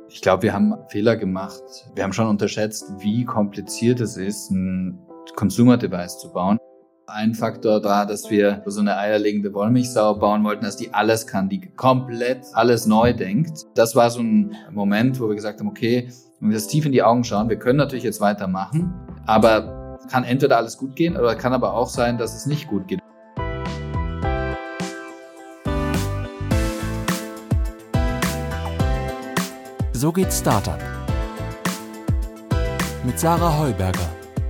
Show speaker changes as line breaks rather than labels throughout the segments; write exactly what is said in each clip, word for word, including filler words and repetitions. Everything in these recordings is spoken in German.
Ich glaube, wir haben Fehler gemacht. Wir haben schon unterschätzt, wie kompliziert es ist, ein Consumer-Device zu bauen. Ein Faktor da, dass wir so eine eierlegende Wollmilchsau bauen wollten, dass die alles kann, die komplett alles neu denkt. Das war so ein Moment, wo wir gesagt haben, okay, wenn wir das tief in die Augen schauen, wir können natürlich jetzt weitermachen, aber kann entweder alles gut gehen oder kann aber auch sein, dass es nicht gut geht.
So geht Startup mit Sarah Heuberger.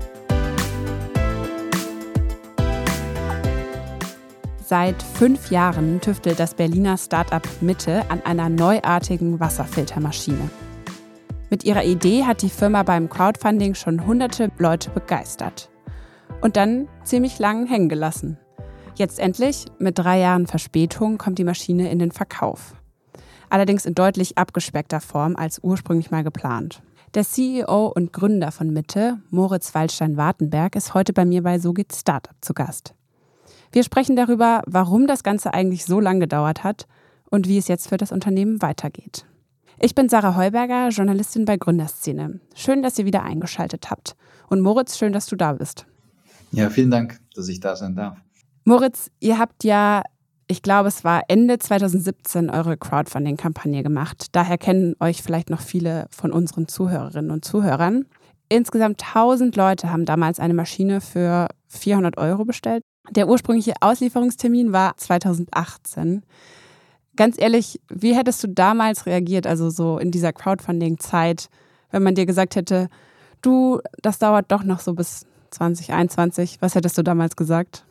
Seit fünf Jahren tüftelt das Berliner Startup Mitte an einer neuartigen Wasserfiltermaschine. Mit ihrer Idee hat die Firma beim Crowdfunding schon hunderte Leute begeistert. Und dann ziemlich lang hängen gelassen. Jetzt endlich, mit drei Jahren Verspätung, kommt die Maschine in den Verkauf. Allerdings in deutlich abgespeckter Form als ursprünglich mal geplant. Der C E O und Gründer von Mitte, Moritz Waldstein-Wartenberg, ist heute bei mir bei So geht Startup zu Gast. Wir sprechen darüber, warum das Ganze eigentlich so lange gedauert hat und wie es jetzt für das Unternehmen weitergeht. Ich bin Sarah Heuberger, Journalistin bei Gründerszene. Schön, dass ihr wieder eingeschaltet habt. Und Moritz, schön, dass du da bist.
Ja, vielen Dank, dass ich da sein darf.
Moritz, ihr habt ja, ich glaube, es war Ende zwanzig siebzehn eure Crowdfunding-Kampagne gemacht. Daher kennen euch vielleicht noch viele von unseren Zuhörerinnen und Zuhörern. Insgesamt tausend Leute haben damals eine Maschine für vierhundert Euro bestellt. Der ursprüngliche Auslieferungstermin war zwanzig achtzehn. Ganz ehrlich, wie hättest du damals reagiert, also so in dieser Crowdfunding-Zeit, wenn man dir gesagt hätte, du, das dauert doch noch so bis zwanzig einundzwanzig. Was hättest du damals gesagt?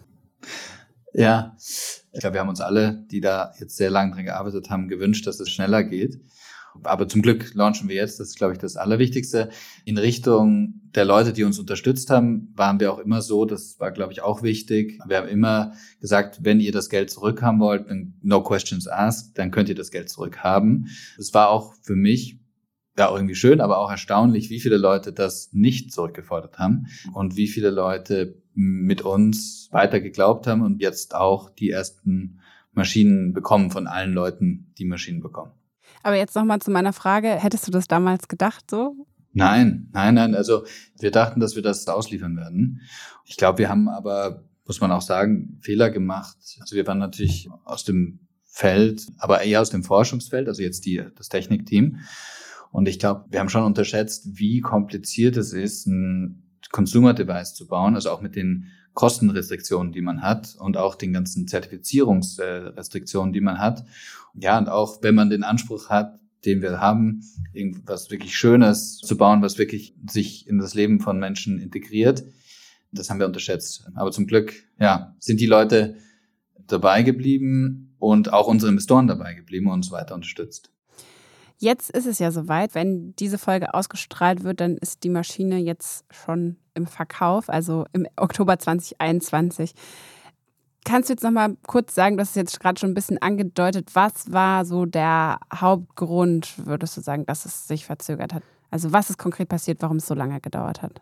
Ja, ich glaube, wir haben uns alle, die da jetzt sehr lange dran gearbeitet haben, gewünscht, dass es schneller geht. Aber zum Glück launchen wir jetzt, das ist, glaube ich, das Allerwichtigste. In Richtung der Leute, die uns unterstützt haben, waren wir auch immer so, das war, glaube ich, auch wichtig. Wir haben immer gesagt, wenn ihr das Geld zurückhaben wollt, dann no questions asked, dann könnt ihr das Geld zurückhaben. Es war auch für mich ja irgendwie schön, aber auch erstaunlich, wie viele Leute das nicht zurückgefordert haben und wie viele Leute mit uns weiter geglaubt haben und jetzt auch die ersten Maschinen bekommen von allen Leuten, die Maschinen bekommen.
Aber jetzt nochmal zu meiner Frage, hättest du das damals gedacht so?
Nein, nein, nein. Also wir dachten, dass wir das ausliefern werden. Ich glaube, wir haben aber, muss man auch sagen, Fehler gemacht. Also wir waren natürlich aus dem Feld, aber eher aus dem Forschungsfeld, also jetzt die, das Technikteam. Und ich glaube, wir haben schon unterschätzt, wie kompliziert es ist, ein Consumer-Device zu bauen, also auch mit den Kostenrestriktionen, die man hat und auch den ganzen Zertifizierungsrestriktionen, die man hat. Ja, und auch wenn man den Anspruch hat, den wir haben, irgendwas wirklich Schönes zu bauen, was wirklich sich in das Leben von Menschen integriert, das haben wir unterschätzt. Aber zum Glück, ja, sind die Leute dabei geblieben und auch unsere Investoren dabei geblieben und uns weiter unterstützt.
Jetzt ist es ja soweit, wenn diese Folge ausgestrahlt wird, dann ist die Maschine jetzt schon im Verkauf, also im Oktober zwanzig einundzwanzig. Kannst du jetzt noch mal kurz sagen, du hast es jetzt gerade schon ein bisschen angedeutet, was war so der Hauptgrund, würdest du sagen, dass es sich verzögert hat? Also was ist konkret passiert, warum es so lange gedauert hat?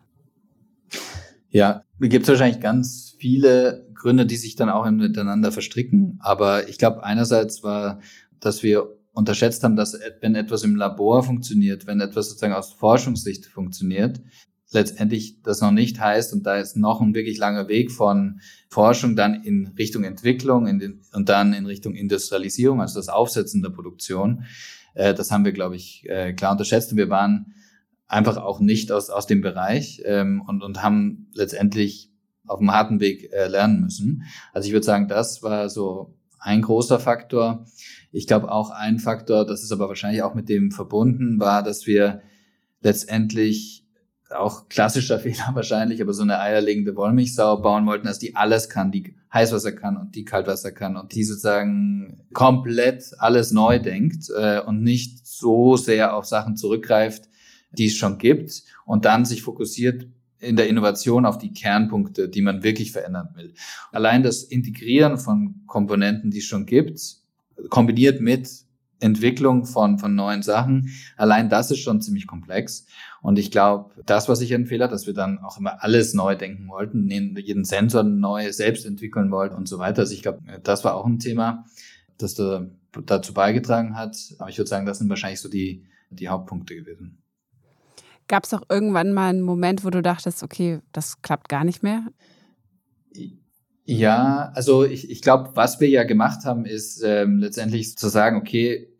Ja, es gibt wahrscheinlich ganz viele Gründe, die sich dann auch miteinander verstricken. Aber ich glaube, einerseits war, dass wir unterschätzt haben, dass wenn etwas im Labor funktioniert, wenn etwas sozusagen aus Forschungssicht funktioniert, letztendlich das noch nicht heißt, und da ist noch ein wirklich langer Weg von Forschung dann in Richtung Entwicklung in den, und dann in Richtung Industrialisierung, also das Aufsetzen der Produktion. Äh, das haben wir, glaube ich, äh, klar unterschätzt. Und wir waren einfach auch nicht aus, aus dem Bereich ähm, und, und haben letztendlich auf dem harten Weg äh, lernen müssen. Also ich würde sagen, das war so ein großer Faktor. Ich glaube auch ein Faktor, das ist aber wahrscheinlich auch mit dem verbunden, war, dass wir letztendlich auch klassischer Fehler wahrscheinlich, aber so eine eierlegende Wollmilchsau bauen wollten, dass die alles kann, die Heißwasser kann und die Kaltwasser kann und die sozusagen komplett alles neu denkt äh, und nicht so sehr auf Sachen zurückgreift, die es schon gibt und dann sich fokussiert in der Innovation auf die Kernpunkte, die man wirklich verändern will. Allein das Integrieren von Komponenten, die es schon gibt, kombiniert mit Entwicklung von von neuen Sachen, allein das ist schon ziemlich komplex. Und ich glaube, das war sicher ein Fehler, dass wir dann auch immer alles neu denken wollten, jeden Sensor neu selbst entwickeln wollten und so weiter. Also ich glaube, das war auch ein Thema. das da, dazu beigetragen hat. Aber ich würde sagen, das sind wahrscheinlich so die, die Hauptpunkte gewesen.
Gab es auch irgendwann mal einen Moment, wo du dachtest, okay, das klappt gar nicht mehr?
Ja, also ich, ich glaube, was wir ja gemacht haben, ist ähm, letztendlich zu sagen, okay,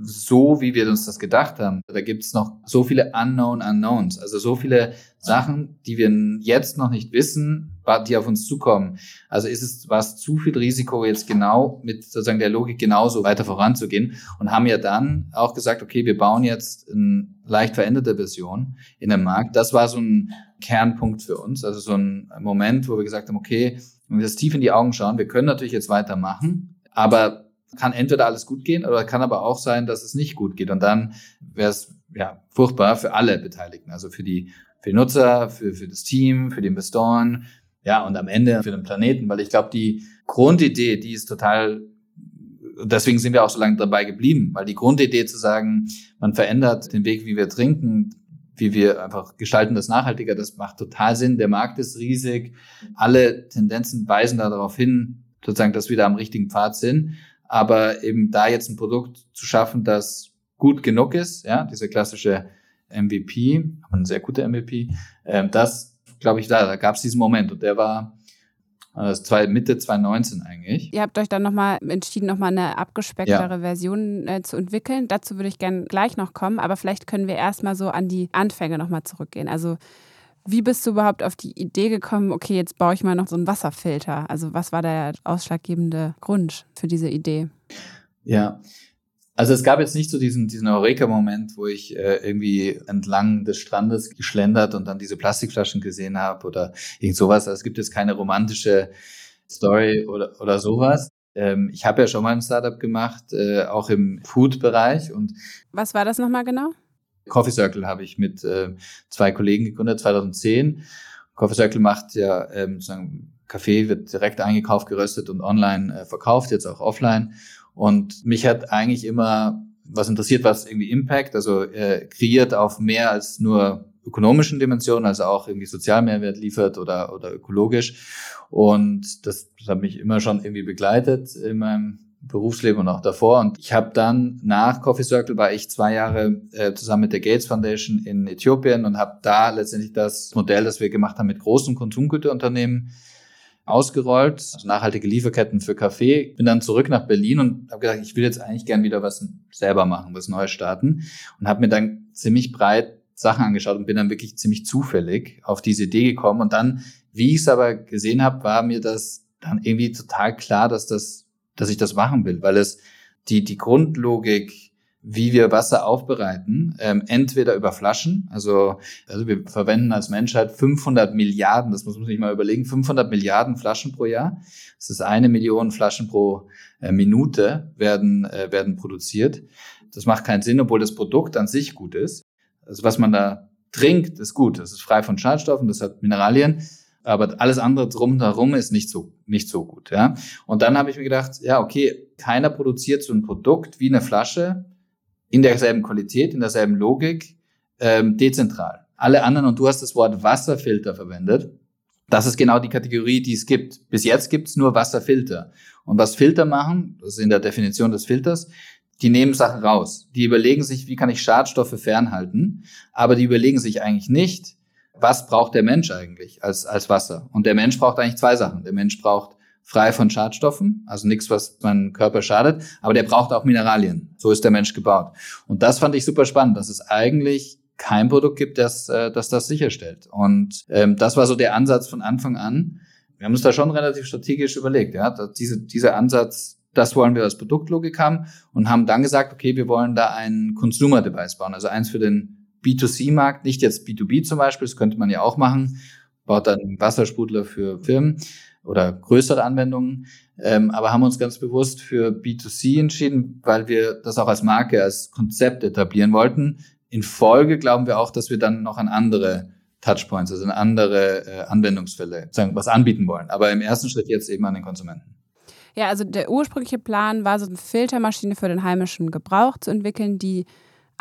so wie wir uns das gedacht haben, da gibt es noch so viele Unknown Unknowns, also so viele Sachen, die wir jetzt noch nicht wissen, die auf uns zukommen. Also ist es was zu viel Risiko, jetzt genau mit sozusagen der Logik genauso weiter voranzugehen, und haben ja dann auch gesagt, okay, wir bauen jetzt eine leicht veränderte Version in den Markt. Das war so ein Kernpunkt für uns, also so ein Moment, wo wir gesagt haben, okay, wenn wir das tief in die Augen schauen, wir können natürlich jetzt weitermachen, aber kann entweder alles gut gehen oder kann aber auch sein, dass es nicht gut geht. Und dann wäre es ja furchtbar für alle Beteiligten, also für die, für die Nutzer, für, für das Team, für die Investoren, ja, und am Ende für den Planeten. Weil ich glaube, die Grundidee, die ist total, deswegen sind wir auch so lange dabei geblieben, weil die Grundidee zu sagen, man verändert den Weg, wie wir trinken, wie wir einfach gestalten das nachhaltiger, das macht total Sinn. Der Markt ist riesig. Alle Tendenzen weisen da darauf hin, sozusagen, dass wir da am richtigen Pfad sind. Aber eben da jetzt ein Produkt zu schaffen, das gut genug ist, ja, diese klassische M V P, ein sehr guter M V P, ähm, das, glaube ich, da, da gab es diesen Moment. Und der war das war Mitte zwanzig neunzehn eigentlich.
Ihr habt euch dann nochmal entschieden, nochmal eine abgespecktere
Ja.
Version äh, zu entwickeln. Dazu würde ich gerne gleich noch kommen, aber vielleicht können wir erstmal so an die Anfänge nochmal zurückgehen. Also wie bist du überhaupt auf die Idee gekommen, okay, jetzt baue ich mal noch so einen Wasserfilter? Also was war der ausschlaggebende Grund für diese Idee?
Ja, also es gab jetzt nicht so diesen, diesen Eureka-Moment, wo ich äh, irgendwie entlang des Strandes geschlendert und dann diese Plastikflaschen gesehen habe oder irgend sowas. Also es gibt jetzt keine romantische Story oder, oder sowas. Ähm, ich habe ja schon mal ein Startup gemacht, äh, auch im Food-Bereich. Und
was war das nochmal genau?
Coffee Circle habe ich mit äh, zwei Kollegen gegründet, zwanzig zehn. Coffee Circle macht ja ähm, sozusagen, Kaffee wird direkt eingekauft, geröstet und online äh, verkauft, jetzt auch offline. Und mich hat eigentlich immer was interessiert, was irgendwie Impact, also äh, kreiert auf mehr als nur ökonomischen Dimensionen, also auch irgendwie Sozialmehrwert liefert oder oder ökologisch. Und das, das hat mich immer schon irgendwie begleitet in meinem Berufsleben und auch davor. Und ich habe dann nach Coffee Circle war ich zwei Jahre äh, zusammen mit der Gates Foundation in Äthiopien und habe da letztendlich das Modell, das wir gemacht haben mit großen Konsumgüterunternehmen, ausgerollt, also nachhaltige Lieferketten für Kaffee. Bin dann zurück nach Berlin und habe gedacht, ich will jetzt eigentlich gern wieder was selber machen, was Neues starten, und habe mir dann ziemlich breit Sachen angeschaut und bin dann wirklich ziemlich zufällig auf diese Idee gekommen. Und dann, wie ich es aber gesehen habe, war mir das dann irgendwie total klar, dass das, dass ich das machen will, weil es die die Grundlogik, wie wir Wasser aufbereiten, ähm, entweder über Flaschen, also also wir verwenden als Menschheit fünfhundert Milliarden, das muss man sich mal überlegen, fünfhundert Milliarden Flaschen pro Jahr. Das ist eine Million Flaschen pro äh, Minute werden äh, werden produziert. Das macht keinen Sinn, obwohl das Produkt an sich gut ist. Also was man da trinkt, ist gut. Das ist frei von Schadstoffen, das hat Mineralien. Aber alles andere drumherum ist nicht so, nicht so gut, ja. Und dann habe ich mir gedacht, ja, okay, keiner produziert so ein Produkt wie eine Flasche in derselben Qualität, in derselben Logik, ähm, dezentral. Alle anderen, und du hast das Wort Wasserfilter verwendet, das ist genau die Kategorie, die es gibt. Bis jetzt gibt es nur Wasserfilter. Und was Filter machen, das ist in der Definition des Filters, die nehmen Sachen raus. Die überlegen sich, wie kann ich Schadstoffe fernhalten, aber die überlegen sich eigentlich nicht, was braucht der Mensch eigentlich als, als Wasser? Und der Mensch braucht eigentlich zwei Sachen. Der Mensch braucht frei von Schadstoffen, also nichts, was meinem Körper schadet, aber der braucht auch Mineralien. So ist der Mensch gebaut. Und das fand ich super spannend, dass es eigentlich kein Produkt gibt, das, äh, das das sicherstellt. Und ähm, das war so der Ansatz von Anfang an. Wir haben uns da schon relativ strategisch überlegt, ja, dass diese, dieser Ansatz, das wollen wir als Produktlogik haben, und haben dann gesagt, okay, wir wollen da ein Consumer Device bauen, also eins für den B zwei C Markt, nicht jetzt B zwei B zum Beispiel, das könnte man ja auch machen, baut dann einen Wassersprudler für Firmen oder größere Anwendungen, ähm, aber haben uns ganz bewusst für B zwei C entschieden, weil wir das auch als Marke, als Konzept etablieren wollten. In Folge glauben wir auch, dass wir dann noch an andere Touchpoints, also an andere äh, Anwendungsfälle, sagen, was anbieten wollen, aber im ersten Schritt jetzt eben an den Konsumenten.
Ja, also der ursprüngliche Plan war, so eine Filtermaschine für den heimischen Gebrauch zu entwickeln, die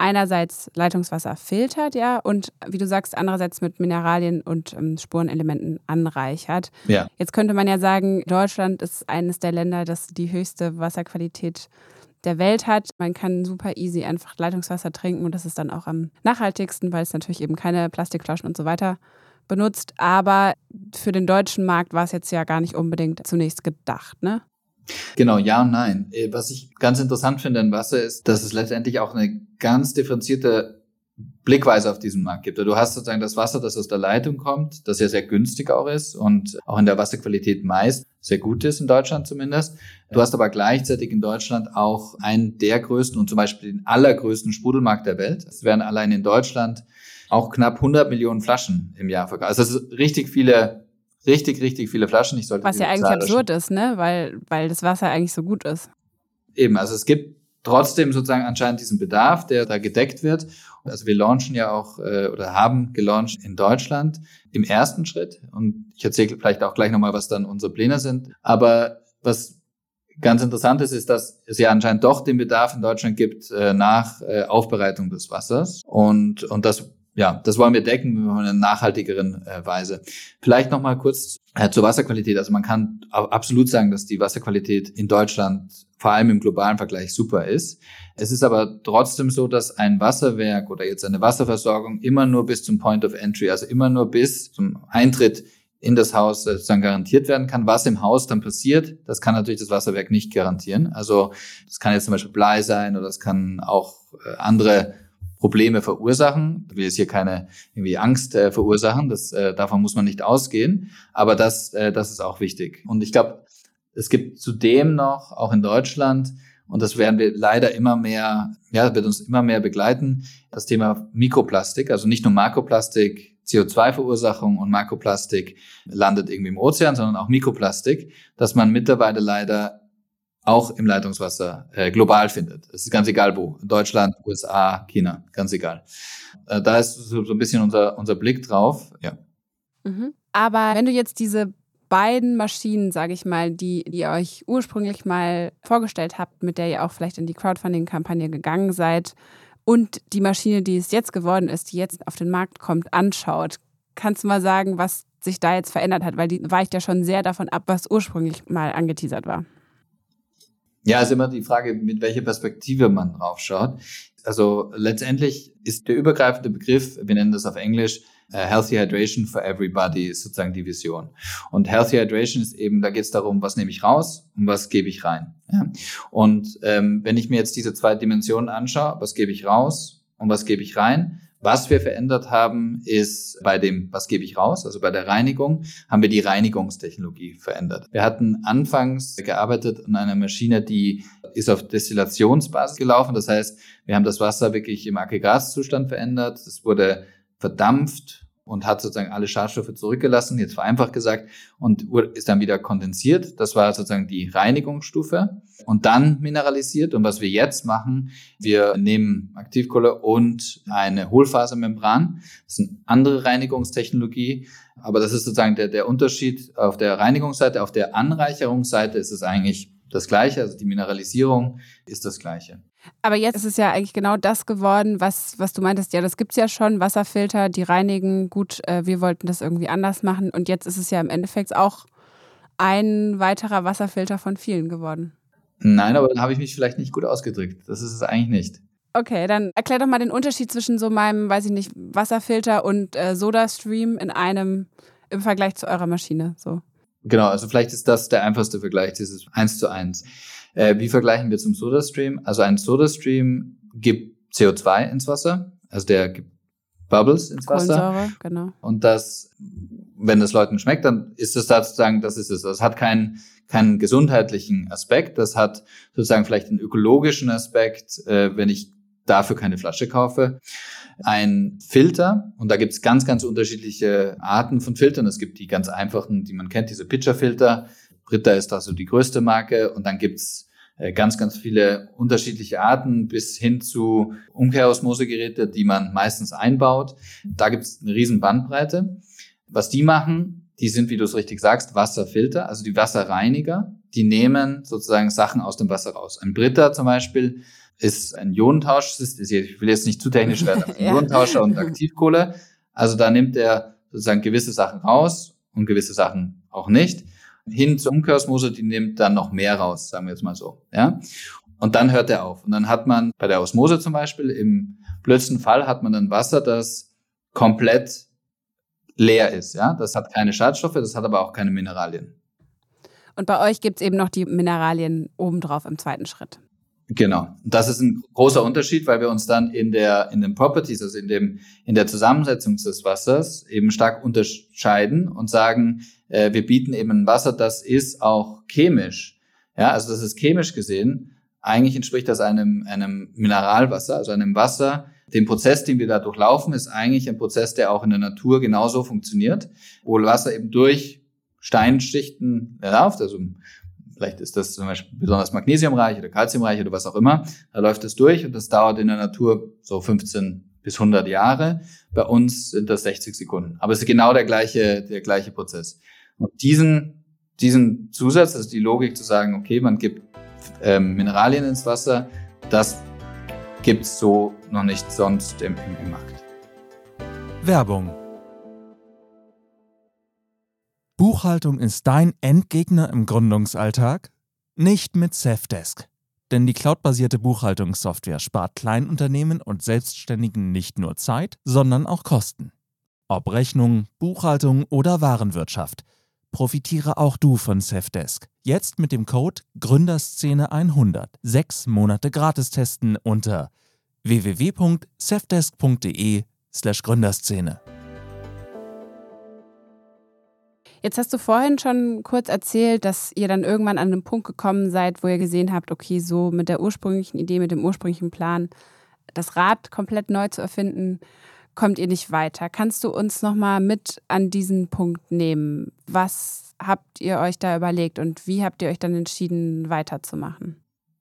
einerseits Leitungswasser filtert, ja, und wie du sagst, andererseits mit Mineralien und ähm, Spurenelementen anreichert.
Ja.
Jetzt könnte man ja sagen, Deutschland ist eines der Länder, das die höchste Wasserqualität der Welt hat. Man kann super easy einfach Leitungswasser trinken und das ist dann auch am nachhaltigsten, weil es natürlich eben keine Plastikflaschen und so weiter benutzt. Aber für den deutschen Markt war es jetzt ja gar nicht unbedingt zunächst gedacht, ne?
Genau, ja und nein. Was ich ganz interessant finde an Wasser ist, dass es letztendlich auch eine ganz differenzierte Blickweise auf diesen Markt gibt. Du hast sozusagen das Wasser, das aus der Leitung kommt, das ja sehr günstig auch ist und auch in der Wasserqualität meist sehr gut ist, in Deutschland zumindest. Du hast aber gleichzeitig in Deutschland auch einen der größten und zum Beispiel den allergrößten Sprudelmarkt der Welt. Es werden allein in Deutschland auch knapp hundert Millionen Flaschen im Jahr verkauft. Also es sind richtig viele Richtig, richtig viele Flaschen. Ich sollte
Was ja eigentlich absurd ist, ne? Weil, weil das Wasser eigentlich so gut ist.
Eben, also es gibt trotzdem sozusagen anscheinend diesen Bedarf, der da gedeckt wird. Also wir launchen ja auch äh, oder haben gelauncht in Deutschland im ersten Schritt. Und ich erzähle vielleicht auch gleich nochmal, was dann unsere Pläne sind. Aber was ganz interessant ist, ist, dass es ja anscheinend doch den Bedarf in Deutschland gibt äh, nach äh, Aufbereitung des Wassers. Und, und das Ja, das wollen wir decken in einer nachhaltigeren äh, Weise. Vielleicht noch mal kurz äh, zur Wasserqualität. Also man kann absolut sagen, dass die Wasserqualität in Deutschland vor allem im globalen Vergleich super ist. Es ist aber trotzdem so, dass ein Wasserwerk oder jetzt eine Wasserversorgung immer nur bis zum Point of Entry, also immer nur bis zum Eintritt in das Haus sozusagen garantiert werden kann. Was im Haus dann passiert, das kann natürlich das Wasserwerk nicht garantieren. Also das kann jetzt zum Beispiel Blei sein oder es kann auch äh, andere Probleme verursachen. Ich will jetzt hier keine irgendwie Angst äh, verursachen, das, äh, davon muss man nicht ausgehen, aber das, äh, das ist auch wichtig. Und ich glaube, es gibt zudem noch, auch in Deutschland, und das werden wir leider immer mehr, ja, wird uns immer mehr begleiten, das Thema Mikroplastik, also nicht nur Makroplastik, C O zwei Verursachung und Makroplastik landet irgendwie im Ozean, sondern auch Mikroplastik, dass man mittlerweile leider auch im Leitungswasser äh, global findet. Es ist ganz egal wo. Deutschland, U S A, China, ganz egal. Äh, da ist so, so ein bisschen unser, unser Blick drauf. Ja.
Mhm. Aber wenn du jetzt diese beiden Maschinen, sage ich mal, die, die ihr euch ursprünglich mal vorgestellt habt, mit der ihr auch vielleicht in die Crowdfunding-Kampagne gegangen seid und die Maschine, die es jetzt geworden ist, die jetzt auf den Markt kommt, anschaut, kannst du mal sagen, was sich da jetzt verändert hat? Weil die weicht ja schon sehr davon ab, was ursprünglich mal angeteasert war.
Ja, ist immer die Frage, mit welcher Perspektive man drauf schaut. Also letztendlich ist der übergreifende Begriff, wir nennen das auf Englisch, uh, Healthy Hydration for Everybody, ist sozusagen die Vision. Und Healthy Hydration ist eben, da geht es darum, was nehme ich raus und was gebe ich rein. Ja? Und ähm, wenn ich mir jetzt diese zwei Dimensionen anschaue, was gebe ich raus und was gebe ich rein, was wir verändert haben, ist bei dem, was gebe ich raus, also bei der Reinigung, haben wir die Reinigungstechnologie verändert. Wir hatten anfangs gearbeitet an einer Maschine, die ist auf Destillationsbasis gelaufen. Das heißt, wir haben das Wasser wirklich im Aggregatzustand verändert. Es wurde verdampft und hat sozusagen alle Schadstoffe zurückgelassen, jetzt vereinfacht gesagt, und ist dann wieder kondensiert. Das war sozusagen die Reinigungsstufe und dann mineralisiert. Und was wir jetzt machen, wir nehmen Aktivkohle und eine Hohlfasermembran. Das ist eine andere Reinigungstechnologie, aber das ist sozusagen der, der Unterschied auf der Reinigungsseite. Auf der Anreicherungsseite ist es eigentlich das Gleiche, also die Mineralisierung ist das Gleiche.
Aber jetzt ist es ja eigentlich genau das geworden, was, was du meintest, ja, das gibt's ja schon, Wasserfilter, die reinigen, gut, äh, wir wollten das irgendwie anders machen und jetzt ist es ja im Endeffekt auch ein weiterer Wasserfilter von vielen geworden.
Nein, aber dann habe ich mich vielleicht nicht gut ausgedrückt, das ist es eigentlich nicht.
Okay, dann erklär doch mal den Unterschied zwischen so meinem, weiß ich nicht, Wasserfilter und äh, SodaStream in einem, im Vergleich zu eurer Maschine, so.
Genau, also vielleicht ist das der einfachste Vergleich, dieses eins zu eins. Äh, wie vergleichen wir zum SodaStream? Also ein SodaStream gibt C O zwei ins Wasser, also der gibt Bubbles ins Wasser.
Kohlensäure, genau.
Und das, wenn das Leuten schmeckt, dann ist es sozusagen, das ist es. Das hat keinen keinen gesundheitlichen Aspekt, das hat sozusagen vielleicht einen ökologischen Aspekt, äh, wenn ich dafür keine Flasche kaufe. Ein Filter, und da gibt es ganz, ganz unterschiedliche Arten von Filtern. Es gibt die ganz einfachen, die man kennt, diese Pitcher-Filter. Brita ist da so die größte Marke. Und dann gibt's äh, ganz, ganz viele unterschiedliche Arten bis hin zu Umkehrosmosegeräte, die man meistens einbaut. Da gibt's eine riesen Bandbreite. Was die machen, die sind, wie du es richtig sagst, Wasserfilter, also die Wasserreiniger. Die nehmen sozusagen Sachen aus dem Wasser raus. Ein Brita zum Beispiel ist ein Ionentausch. Ich will jetzt nicht zu technisch werden, aber ja. Ionentauscher und Aktivkohle. Also da nimmt er sozusagen gewisse Sachen raus und gewisse Sachen auch nicht. Hin zur Umkehrosmose, die nimmt dann noch mehr raus, sagen wir jetzt mal so. Ja. Und dann hört er auf. Und dann hat man bei der Osmose zum Beispiel, im blödsten Fall hat man dann Wasser, das komplett leer ist. Ja. Das hat keine Schadstoffe, das hat aber auch keine Mineralien.
Und bei euch gibt es eben noch die Mineralien obendrauf im zweiten Schritt.
Genau. Und das ist ein großer Unterschied, weil wir uns dann in der, in den Properties, also in dem, in der Zusammensetzung des Wassers eben stark unterscheiden und sagen, äh, wir bieten eben ein Wasser, das ist auch chemisch. Ja, also das ist chemisch gesehen. Eigentlich entspricht das einem, einem Mineralwasser, also einem Wasser. Den Prozess, den wir da durchlaufen, ist eigentlich ein Prozess, der auch in der Natur genauso funktioniert, wo Wasser eben durch Steinschichten läuft, also vielleicht ist das zum Beispiel besonders magnesiumreich oder calciumreich oder was auch immer. Da läuft es durch und das dauert in der Natur so fünfzehn bis hundert Jahre. Bei uns sind das sechzig Sekunden. Aber es ist genau der gleiche, der gleiche Prozess. Und diesen, diesen Zusatz, also die Logik zu sagen, okay, man gibt ähm, Mineralien ins Wasser, das gibt's so noch nicht sonst im, im, im Markt.
Werbung. Buchhaltung ist dein Endgegner im Gründungsalltag? Nicht mit Safdesk. Denn die cloudbasierte Buchhaltungssoftware spart Kleinunternehmen und Selbstständigen nicht nur Zeit, sondern auch Kosten. Ob Rechnung, Buchhaltung oder Warenwirtschaft, profitiere auch du von Safdesk. Jetzt mit dem Code Gründerszene hundert. Sechs Monate gratis testen unter w w w punkt safdesk punkt de slash Gründerszene.
Jetzt hast du vorhin schon kurz erzählt, dass ihr dann irgendwann an einen Punkt gekommen seid, wo ihr gesehen habt, okay, so mit der ursprünglichen Idee, mit dem ursprünglichen Plan, das Rad komplett neu zu erfinden, kommt ihr nicht weiter. Kannst du uns nochmal mit an diesen Punkt nehmen? Was habt ihr euch da überlegt und wie habt ihr euch dann entschieden, weiterzumachen?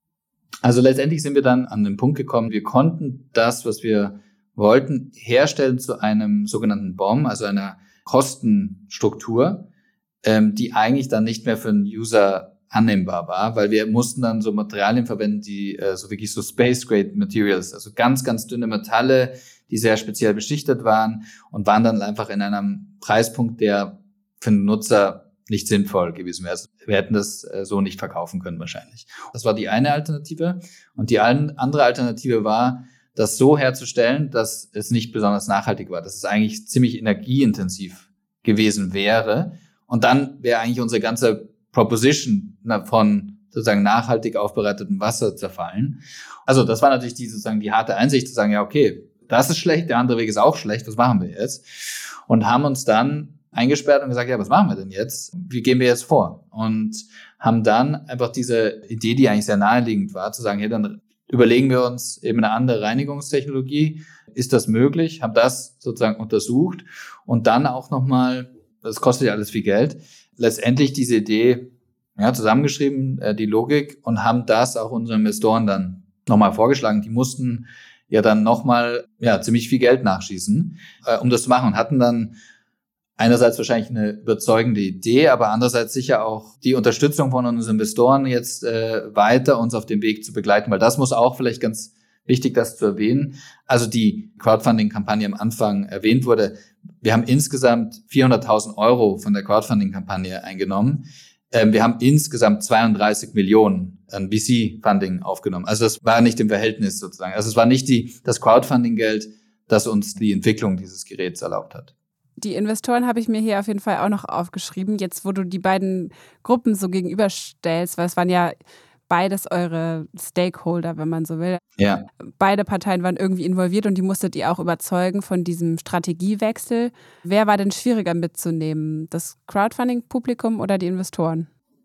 Also letztendlich sind wir dann an den Punkt gekommen, wir konnten das, was wir wollten, herstellen zu einem sogenannten B O M, also einer Kostenstruktur, ähm, die eigentlich dann nicht mehr für den User annehmbar war, weil wir mussten dann so Materialien verwenden, die äh, so wirklich so Space-Grade Materials, also ganz, ganz dünne Metalle, die sehr speziell beschichtet waren und waren dann einfach in einem Preispunkt, der für den Nutzer nicht sinnvoll gewesen wäre. Also wir hätten das äh, so nicht verkaufen können wahrscheinlich. Das war die eine Alternative. Und die andere Alternative war, das so herzustellen, dass es nicht besonders nachhaltig war, dass es eigentlich ziemlich energieintensiv gewesen wäre. Und dann wäre eigentlich unsere ganze Proposition von sozusagen nachhaltig aufbereitetem Wasser zerfallen. Also das war natürlich die sozusagen die harte Einsicht zu sagen, ja okay, das ist schlecht, der andere Weg ist auch schlecht, was machen wir jetzt? Und haben uns dann eingesperrt und gesagt, ja, was machen wir denn jetzt? Wie gehen wir jetzt vor? Und haben dann einfach diese Idee, die eigentlich sehr naheliegend war, zu sagen, hey, dann überlegen wir uns eben eine andere Reinigungstechnologie. Ist das möglich? Haben das sozusagen untersucht und dann auch nochmal, das kostet ja alles viel Geld, letztendlich diese Idee ja, zusammengeschrieben, äh, die Logik und haben das auch unseren Investoren dann nochmal vorgeschlagen. Die mussten ja dann nochmal ja, ziemlich viel Geld nachschießen, äh, um das zu machen und hatten dann einerseits wahrscheinlich eine überzeugende Idee, aber andererseits sicher auch die Unterstützung von unseren Investoren jetzt äh, weiter uns auf dem Weg zu begleiten, weil das muss auch vielleicht ganz wichtig, das zu erwähnen. Also die Crowdfunding-Kampagne am Anfang erwähnt wurde. Wir haben insgesamt vierhunderttausend Euro von der Crowdfunding-Kampagne eingenommen. Ähm, wir haben insgesamt zweiunddreißig Millionen an V C-Funding aufgenommen. Also das war nicht im Verhältnis sozusagen. Also es war nicht die, das Crowdfunding-Geld, das uns die Entwicklung dieses Geräts erlaubt hat.
Die Investoren habe ich mir hier auf jeden Fall auch noch aufgeschrieben. Jetzt, wo du die beiden Gruppen so gegenüberstellst, weil es waren ja beides eure Stakeholder, wenn man so will.
Ja.
Beide Parteien waren irgendwie involviert und die musstet ihr auch überzeugen von diesem Strategiewechsel. Wer war denn schwieriger mitzunehmen? Das Crowdfunding-Publikum oder die Investoren?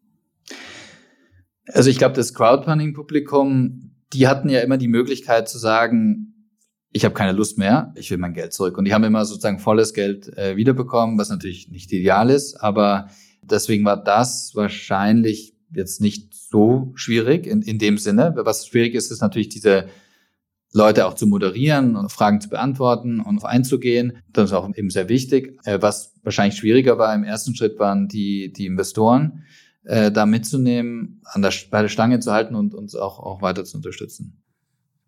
Also ich glaube, das Crowdfunding-Publikum, die hatten ja immer die Möglichkeit zu sagen, ich habe keine Lust mehr, ich will mein Geld zurück. Und die haben immer sozusagen volles Geld äh, wiederbekommen, was natürlich nicht ideal ist. Aber deswegen war das wahrscheinlich jetzt nicht so schwierig in, in dem Sinne. Was schwierig ist, ist natürlich diese Leute auch zu moderieren und Fragen zu beantworten und auf einzugehen. Das ist auch eben sehr wichtig. Äh, was wahrscheinlich schwieriger war im ersten Schritt, waren die, die Investoren, äh, da mitzunehmen, an der, bei der Stange zu halten und uns auch, auch weiter zu unterstützen.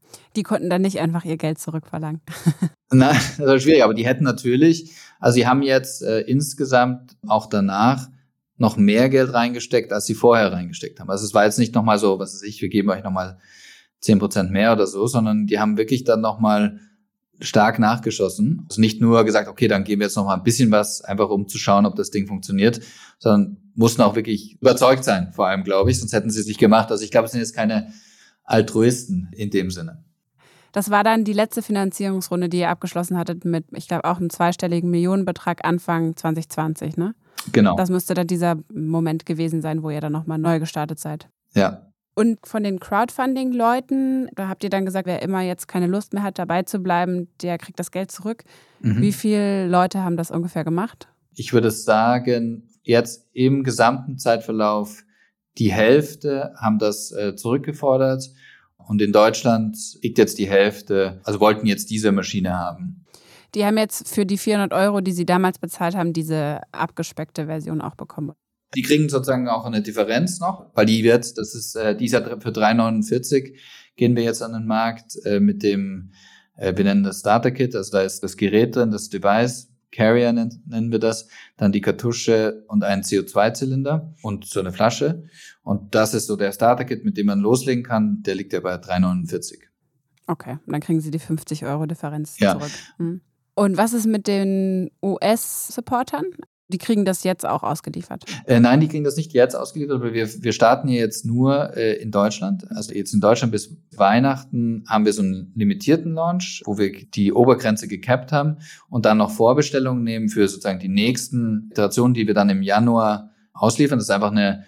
Die konnten dann nicht einfach ihr Geld zurückverlangen.
Nein, das war schwierig, aber die hätten natürlich, also sie haben jetzt äh, insgesamt auch danach noch mehr Geld reingesteckt, als sie vorher reingesteckt haben. Also es war jetzt nicht nochmal so, was weiß ich, wir geben euch nochmal zehn Prozent mehr oder so, sondern die haben wirklich dann nochmal stark nachgeschossen. Also nicht nur gesagt, okay, dann geben wir jetzt nochmal ein bisschen was, einfach um zu schauen, ob das Ding funktioniert, sondern mussten auch wirklich überzeugt sein, vor allem, glaube ich, sonst hätten sie es nicht gemacht. Also ich glaube, es sind jetzt keine Altruisten in dem Sinne.
Das war dann die letzte Finanzierungsrunde, die ihr abgeschlossen hattet mit, ich glaube, auch einem zweistelligen Millionenbetrag Anfang zwanzig zwanzig, ne?
Genau.
Das müsste dann dieser Moment gewesen sein, wo ihr dann nochmal neu gestartet seid.
Ja.
Und von den Crowdfunding-Leuten, da habt ihr dann gesagt, wer immer jetzt keine Lust mehr hat, dabei zu bleiben, der kriegt das Geld zurück. Mhm. Wie viele Leute haben das ungefähr gemacht?
Ich würde sagen, jetzt im gesamten Zeitverlauf die Hälfte haben das äh, zurückgefordert. Und in Deutschland liegt jetzt die Hälfte, also wollten jetzt diese Maschine haben.
Die haben jetzt für die vierhundert Euro, die sie damals bezahlt haben, diese abgespeckte Version auch bekommen.
Die kriegen sozusagen auch eine Differenz noch, weil die wird, das ist, äh, dieser für drei neunundvierzig gehen wir jetzt an den Markt äh, mit dem, äh, wir nennen das Starter Kit, also da ist das Gerät drin, das Device, Carrier nennen, nennen wir das, dann die Kartusche und ein C O zwei Zylinder und so eine Flasche. Und das ist so der Starter Kit, mit dem man loslegen kann, der liegt ja bei drei neunundvierzig.
Okay, und dann kriegen sie die fünfzig Euro Differenz
ja.
zurück. Hm. Und was ist mit den U S-Supportern? Die kriegen das jetzt auch ausgeliefert?
Äh, nein, die kriegen das nicht jetzt ausgeliefert, aber wir, wir starten hier jetzt nur äh, in Deutschland. Also jetzt in Deutschland bis Weihnachten haben wir so einen limitierten Launch, wo wir die Obergrenze gecapped haben und dann noch Vorbestellungen nehmen für sozusagen die nächsten Iterationen, die wir dann im Januar ausliefern. Das ist einfach eine,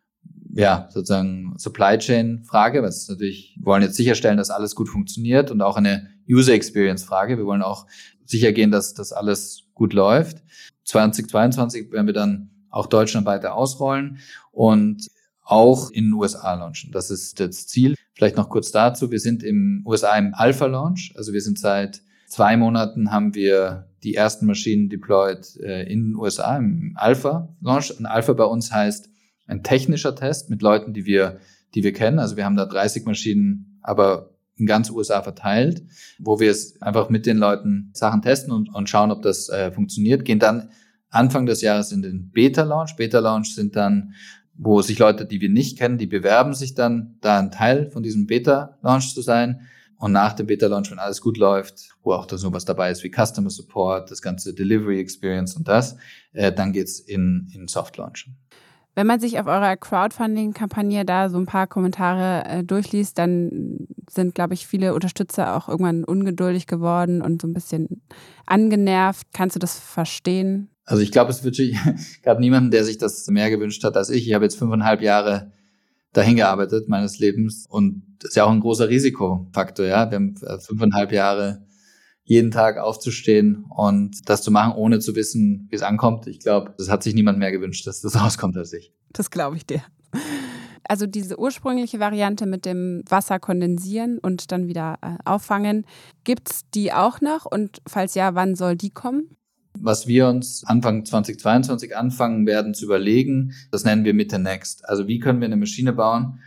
ja, sozusagen Supply Chain Frage, was natürlich, wir wollen jetzt sicherstellen, dass alles gut funktioniert und auch eine User Experience Frage. Wir wollen auch sicher gehen, dass das alles gut läuft. zwanzig zweiundzwanzig werden wir dann auch Deutschland weiter ausrollen und auch in den U S A launchen. Das ist das Ziel. Vielleicht noch kurz dazu. Wir sind im U S A im Alpha-Launch. Also wir sind seit zwei Monaten haben wir die ersten Maschinen deployed äh, in den U S A im Alpha-Launch. Ein Alpha bei uns heißt ein technischer Test mit Leuten, die wir, die wir kennen. Also wir haben da dreißig Maschinen, aber in ganz U S A verteilt, wo wir es einfach mit den Leuten Sachen testen und, und schauen, ob das äh, funktioniert. Gehen dann Anfang des Jahres in den Beta-Launch. Beta-Launch sind dann, wo sich Leute, die wir nicht kennen, die bewerben sich dann, da ein Teil von diesem Beta-Launch zu sein. Und nach dem Beta-Launch, wenn alles gut läuft, wo auch da sowas dabei ist wie Customer Support, das ganze Delivery Experience und das, äh, dann geht's in, in Soft-Launch.
Wenn man sich auf eurer Crowdfunding-Kampagne da so ein paar Kommentare äh, durchliest, dann sind, glaube ich, viele Unterstützer auch irgendwann ungeduldig geworden und so ein bisschen angenervt. Kannst du das verstehen?
Also ich glaube, es wirklich gab niemanden, der sich das mehr gewünscht hat als ich. Ich habe jetzt fünfeinhalb Jahre dahin gearbeitet meines Lebens und das ist ja auch ein großer Risikofaktor. Ja, wir haben fünfeinhalb Jahre jeden Tag aufzustehen und das zu machen, ohne zu wissen, wie es ankommt. Ich glaube, das hat sich niemand mehr gewünscht, dass das rauskommt als ich.
Das glaube ich dir. Also diese ursprüngliche Variante mit dem Wasser kondensieren und dann wieder äh, auffangen, gibt's die auch noch? Und falls ja, wann soll die kommen?
Was wir uns Anfang zwanzig zweiundzwanzig anfangen werden zu überlegen, das nennen wir Mitte Next. Also wie können wir eine Maschine bauen,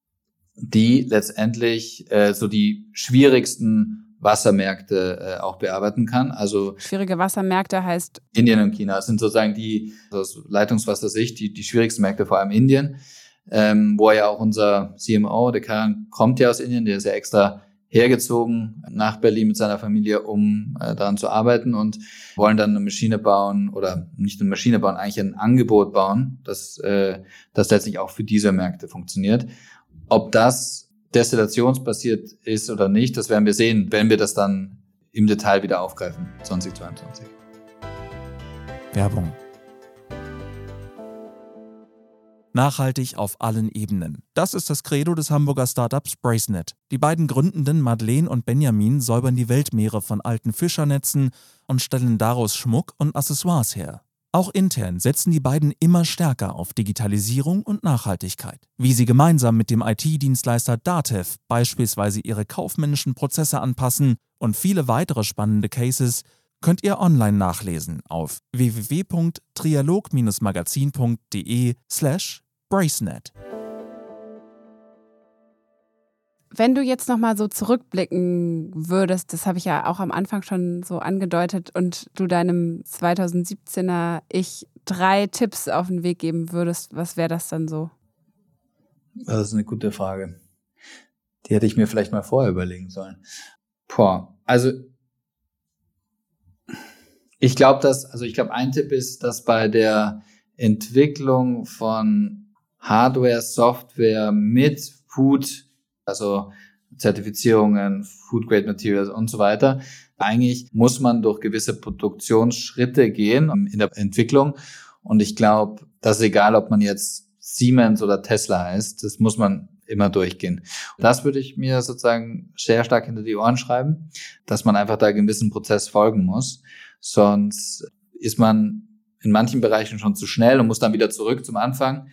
die letztendlich äh, so die schwierigsten Wassermärkte äh, auch bearbeiten kann. Also
schwierige Wassermärkte heißt?
Indien und China. Das sind sozusagen die, aus Leitungswassersicht, die, die schwierigsten Märkte, vor allem Indien, ähm, wo ja auch unser C M O, der Karan, kommt ja aus Indien, der ist ja extra hergezogen nach Berlin mit seiner Familie, um äh, daran zu arbeiten und wollen dann eine Maschine bauen oder nicht eine Maschine bauen, eigentlich ein Angebot bauen, das, äh, das letztlich auch für diese Märkte funktioniert. Ob das destillationsbasiert ist oder nicht, das werden wir sehen, wenn wir das dann im Detail wieder aufgreifen, zwanzig zweiundzwanzig.
Werbung. Nachhaltig auf allen Ebenen. Das ist das Credo des Hamburger Startups Bracenet. Die beiden Gründenden Madeleine und Benjamin säubern die Weltmeere von alten Fischernetzen und stellen daraus Schmuck und Accessoires her. Auch intern setzen die beiden immer stärker auf Digitalisierung und Nachhaltigkeit. Wie sie gemeinsam mit dem I T-Dienstleister Datev beispielsweise ihre kaufmännischen Prozesse anpassen und viele weitere spannende Cases könnt ihr online nachlesen auf w w w punkt trialog magazin punkt de slash bracenet.
Wenn du jetzt nochmal so zurückblicken würdest, das habe ich ja auch am Anfang schon so angedeutet, und du deinem zweitausendsiebzehner Ich drei Tipps auf den Weg geben würdest, was wäre das dann so?
Das ist eine gute Frage. Die hätte ich mir vielleicht mal vorher überlegen sollen. Boah, also ich glaube, dass, also ich glaube, ein Tipp ist, dass bei der Entwicklung von Hardware, Software mit Food, also Zertifizierungen, Food Grade Materials und so weiter, eigentlich muss man durch gewisse Produktionsschritte gehen in der Entwicklung. Und ich glaube, das ist egal, ob man jetzt Siemens oder Tesla heißt, das muss man immer durchgehen. Das würde ich mir sozusagen sehr stark hinter die Ohren schreiben, dass man einfach da einen gewissen Prozess folgen muss. Sonst ist man in manchen Bereichen schon zu schnell und muss dann wieder zurück zum Anfang.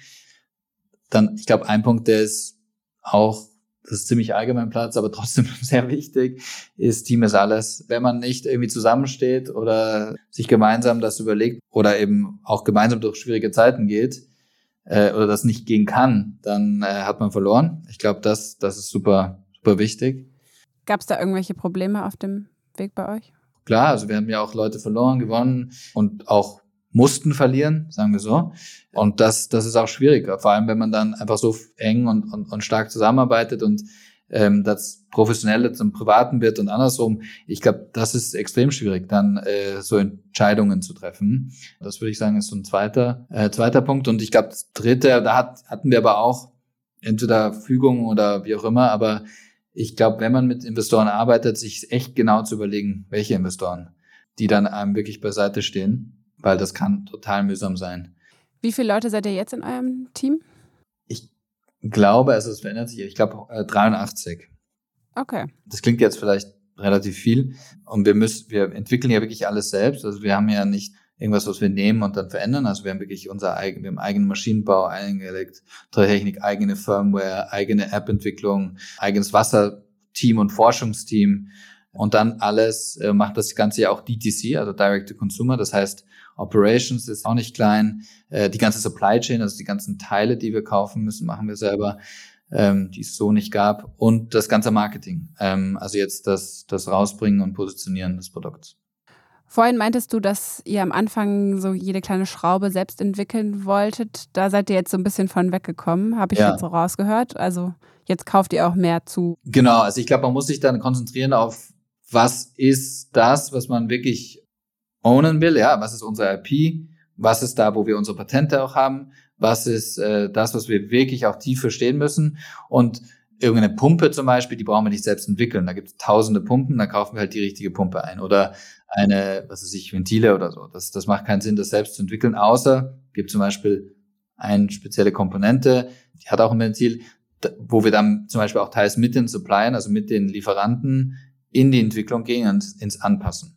Dann, ich glaube, ein Punkt, der ist auch, das ist ziemlich allgemein Platz, aber trotzdem sehr wichtig, ist Team ist alles. Wenn man nicht irgendwie zusammensteht oder sich gemeinsam das überlegt oder eben auch gemeinsam durch schwierige Zeiten geht äh, oder das nicht gehen kann, dann äh, hat man verloren. Ich glaube, das, das ist super, super wichtig.
Gab es da irgendwelche Probleme auf dem Weg bei euch?
Klar, also wir haben ja auch Leute verloren, gewonnen und auch mussten verlieren, sagen wir so. Und das, das ist auch schwieriger, vor allem wenn man dann einfach so eng und, und, und stark zusammenarbeitet und ähm, das Professionelle zum Privaten wird und andersrum. Ich glaube, das ist extrem schwierig, dann äh, so Entscheidungen zu treffen. Das würde ich sagen, ist so ein zweiter äh, zweiter Punkt. Und ich glaube, das dritte, da hat, hatten wir aber auch entweder Fügung oder wie auch immer, aber ich glaube, wenn man mit Investoren arbeitet, sich echt genau zu überlegen, welche Investoren, die dann einem wirklich beiseite stehen, weil das kann total mühsam sein.
Wie viele Leute seid ihr jetzt in eurem Team?
Ich glaube, also es verändert sich, ich glaube äh, dreiundachtzig.
Okay.
Das klingt jetzt vielleicht relativ viel und wir müssen, wir entwickeln ja wirklich alles selbst, also wir haben ja nicht irgendwas, was wir nehmen und dann verändern. Also wir haben wirklich unser eigen, wir haben eigenen Maschinenbau, eigene Elektrotechnik, eigene Firmware, eigene App-Entwicklung, eigenes Wasserteam und Forschungsteam. Und dann alles äh, macht das Ganze ja auch D T C, also Direct to Consumer. Das heißt, Operations ist auch nicht klein. Äh, die ganze Supply Chain, also die ganzen Teile, die wir kaufen müssen, machen wir selber, ähm, die es so nicht gab. Und das ganze Marketing. Ähm, also jetzt das, das Rausbringen und Positionieren des Produkts.
Vorhin meintest du, dass ihr am Anfang so jede kleine Schraube selbst entwickeln wolltet. Da seid ihr jetzt so ein bisschen von weggekommen, habe ich
Ja.
jetzt so rausgehört. Also jetzt kauft ihr auch mehr zu.
Genau, also ich glaube, man muss sich dann konzentrieren auf, was ist das, was man wirklich ownen will, ja, was ist unsere I P, was ist da, wo wir unsere Patente auch haben, was ist äh, das, was wir wirklich auch tief verstehen müssen. Und irgendeine Pumpe zum Beispiel, die brauchen wir nicht selbst entwickeln. Da gibt es tausende Pumpen, da kaufen wir halt die richtige Pumpe ein. Oder eine, was weiß ich, Ventile oder so. Das, das macht keinen Sinn, das selbst zu entwickeln, außer gibt zum Beispiel eine spezielle Komponente, die hat auch ein Ventil, wo wir dann zum Beispiel auch teils mit den Suppliern, also mit den Lieferanten in die Entwicklung gehen und ins Anpassen.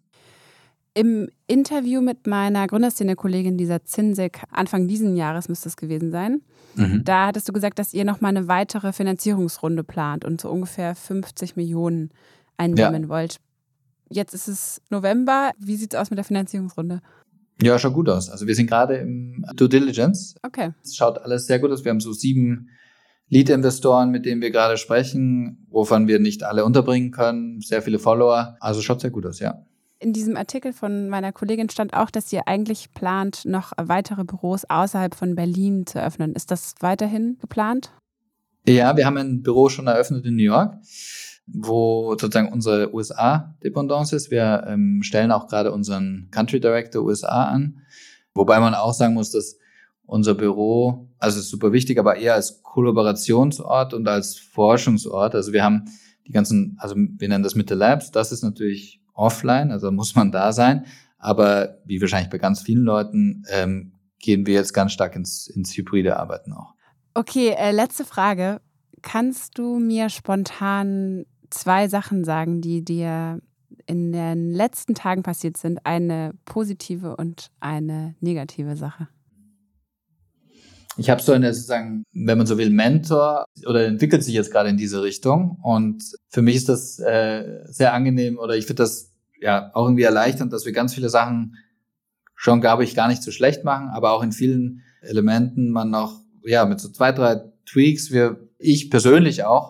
Im Interview mit meiner Gründerszene-Kollegin Lisa Zinzig, Anfang diesen Jahres müsste es gewesen sein, mhm. da hattest du gesagt, dass ihr nochmal eine weitere Finanzierungsrunde plant und so ungefähr fünfzig Millionen einnehmen ja. wollt. Jetzt ist es November. Wie sieht es aus mit der Finanzierungsrunde?
Ja, schaut gut aus. Also wir sind gerade im Due Diligence.
Okay.
Es schaut alles sehr gut aus. Wir haben so sieben Lead-Investoren, mit denen wir gerade sprechen, wovon wir nicht alle unterbringen können. Sehr viele Follower. Also schaut sehr gut aus, ja.
In diesem Artikel von meiner Kollegin stand auch, dass ihr eigentlich plant, noch weitere Büros außerhalb von Berlin zu öffnen. Ist das weiterhin geplant?
Ja, wir haben ein Büro schon eröffnet in New York, wo sozusagen unsere U S A-Dependance ist. Wir ähm, stellen auch gerade unseren Country Director U S A an, wobei man auch sagen muss, dass unser Büro, also ist super wichtig, aber eher als Kollaborationsort und als Forschungsort. Also wir haben die ganzen, also wir nennen das Mitte Labs, das ist natürlich offline, also muss man da sein. Aber wie wahrscheinlich bei ganz vielen Leuten ähm, gehen wir jetzt ganz stark ins, ins hybride Arbeiten auch.
Okay, äh, letzte Frage. Kannst du mir spontan zwei Sachen sagen, die dir in den letzten Tagen passiert sind? Eine positive und eine negative Sache.
Ich habe so eine, sozusagen, wenn man so will, Mentor oder entwickelt sich jetzt gerade in diese Richtung. Und für mich ist das äh, sehr angenehm oder ich finde das ja auch irgendwie erleichternd, dass wir ganz viele Sachen schon, glaube ich, gar nicht so schlecht machen, aber auch in vielen Elementen man noch, ja, mit so zwei, drei Tweaks, wir, ich persönlich auch,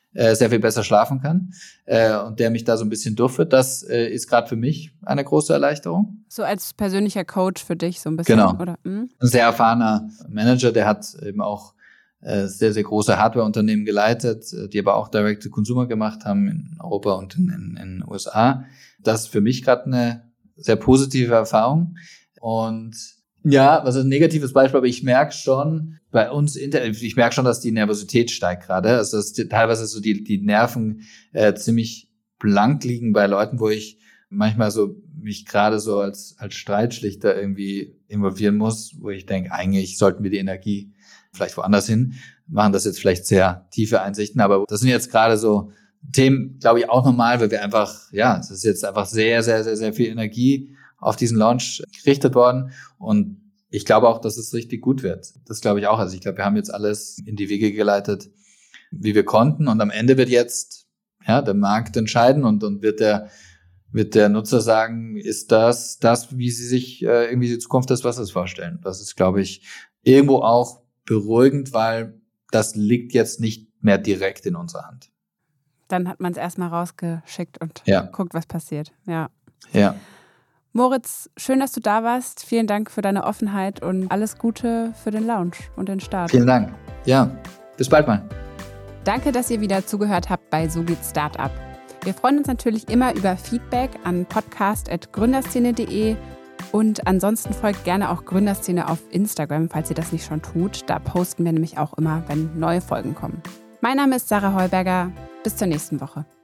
äh, sehr viel besser schlafen kann äh, und der mich da so ein bisschen durchführt. Das äh, ist gerade für mich eine große Erleichterung.
So als persönlicher Coach für dich so ein bisschen?
Genau.
Oder? Hm?
Ein sehr erfahrener Manager, der hat eben auch äh, sehr, sehr große Hardware-Unternehmen geleitet, die aber auch Direct-to-Consumer gemacht haben in Europa und in in, in den U S A. Das ist für mich gerade eine sehr positive Erfahrung. Und ja, was ist ein negatives Beispiel, aber ich merke schon, bei uns, ich merke schon, dass die Nervosität steigt gerade. Also dass teilweise so die, die Nerven äh, ziemlich blank liegen bei Leuten, wo ich manchmal so mich gerade so als, als Streitschlichter irgendwie involvieren muss, wo ich denke, eigentlich sollten wir die Energie vielleicht woanders hin, machen das jetzt vielleicht sehr tiefe Einsichten, aber das sind jetzt gerade so Themen, glaube ich, auch normal, weil wir einfach, ja, es ist jetzt einfach sehr, sehr, sehr, sehr viel Energie auf diesen Launch gerichtet worden und ich glaube auch, dass es richtig gut wird. Das glaube ich auch. Also ich glaube, wir haben jetzt alles in die Wege geleitet, wie wir konnten und am Ende wird jetzt, ja, der Markt entscheiden und, und wird der, wird der Nutzer sagen, ist das, das, wie sie sich äh, irgendwie die Zukunft des Wassers vorstellen. Das ist, glaube ich, irgendwo auch beruhigend, weil das liegt jetzt nicht mehr direkt in unserer Hand.
Dann hat man es erstmal rausgeschickt und
ja.
guckt, was passiert. Ja.
Ja.
Moritz, schön, dass du da warst. Vielen Dank für deine Offenheit und alles Gute für den Launch und den Start.
Vielen Dank. Ja, bis bald mal.
Danke, dass ihr wieder zugehört habt bei So geht Startup. Wir freuen uns natürlich immer über Feedback an podcast at gründerszene punkt de und ansonsten folgt gerne auch Gründerszene auf Instagram, falls ihr das nicht schon tut. Da posten wir nämlich auch immer, wenn neue Folgen kommen. Mein Name ist Sarah Heuberger. Bis zur nächsten Woche.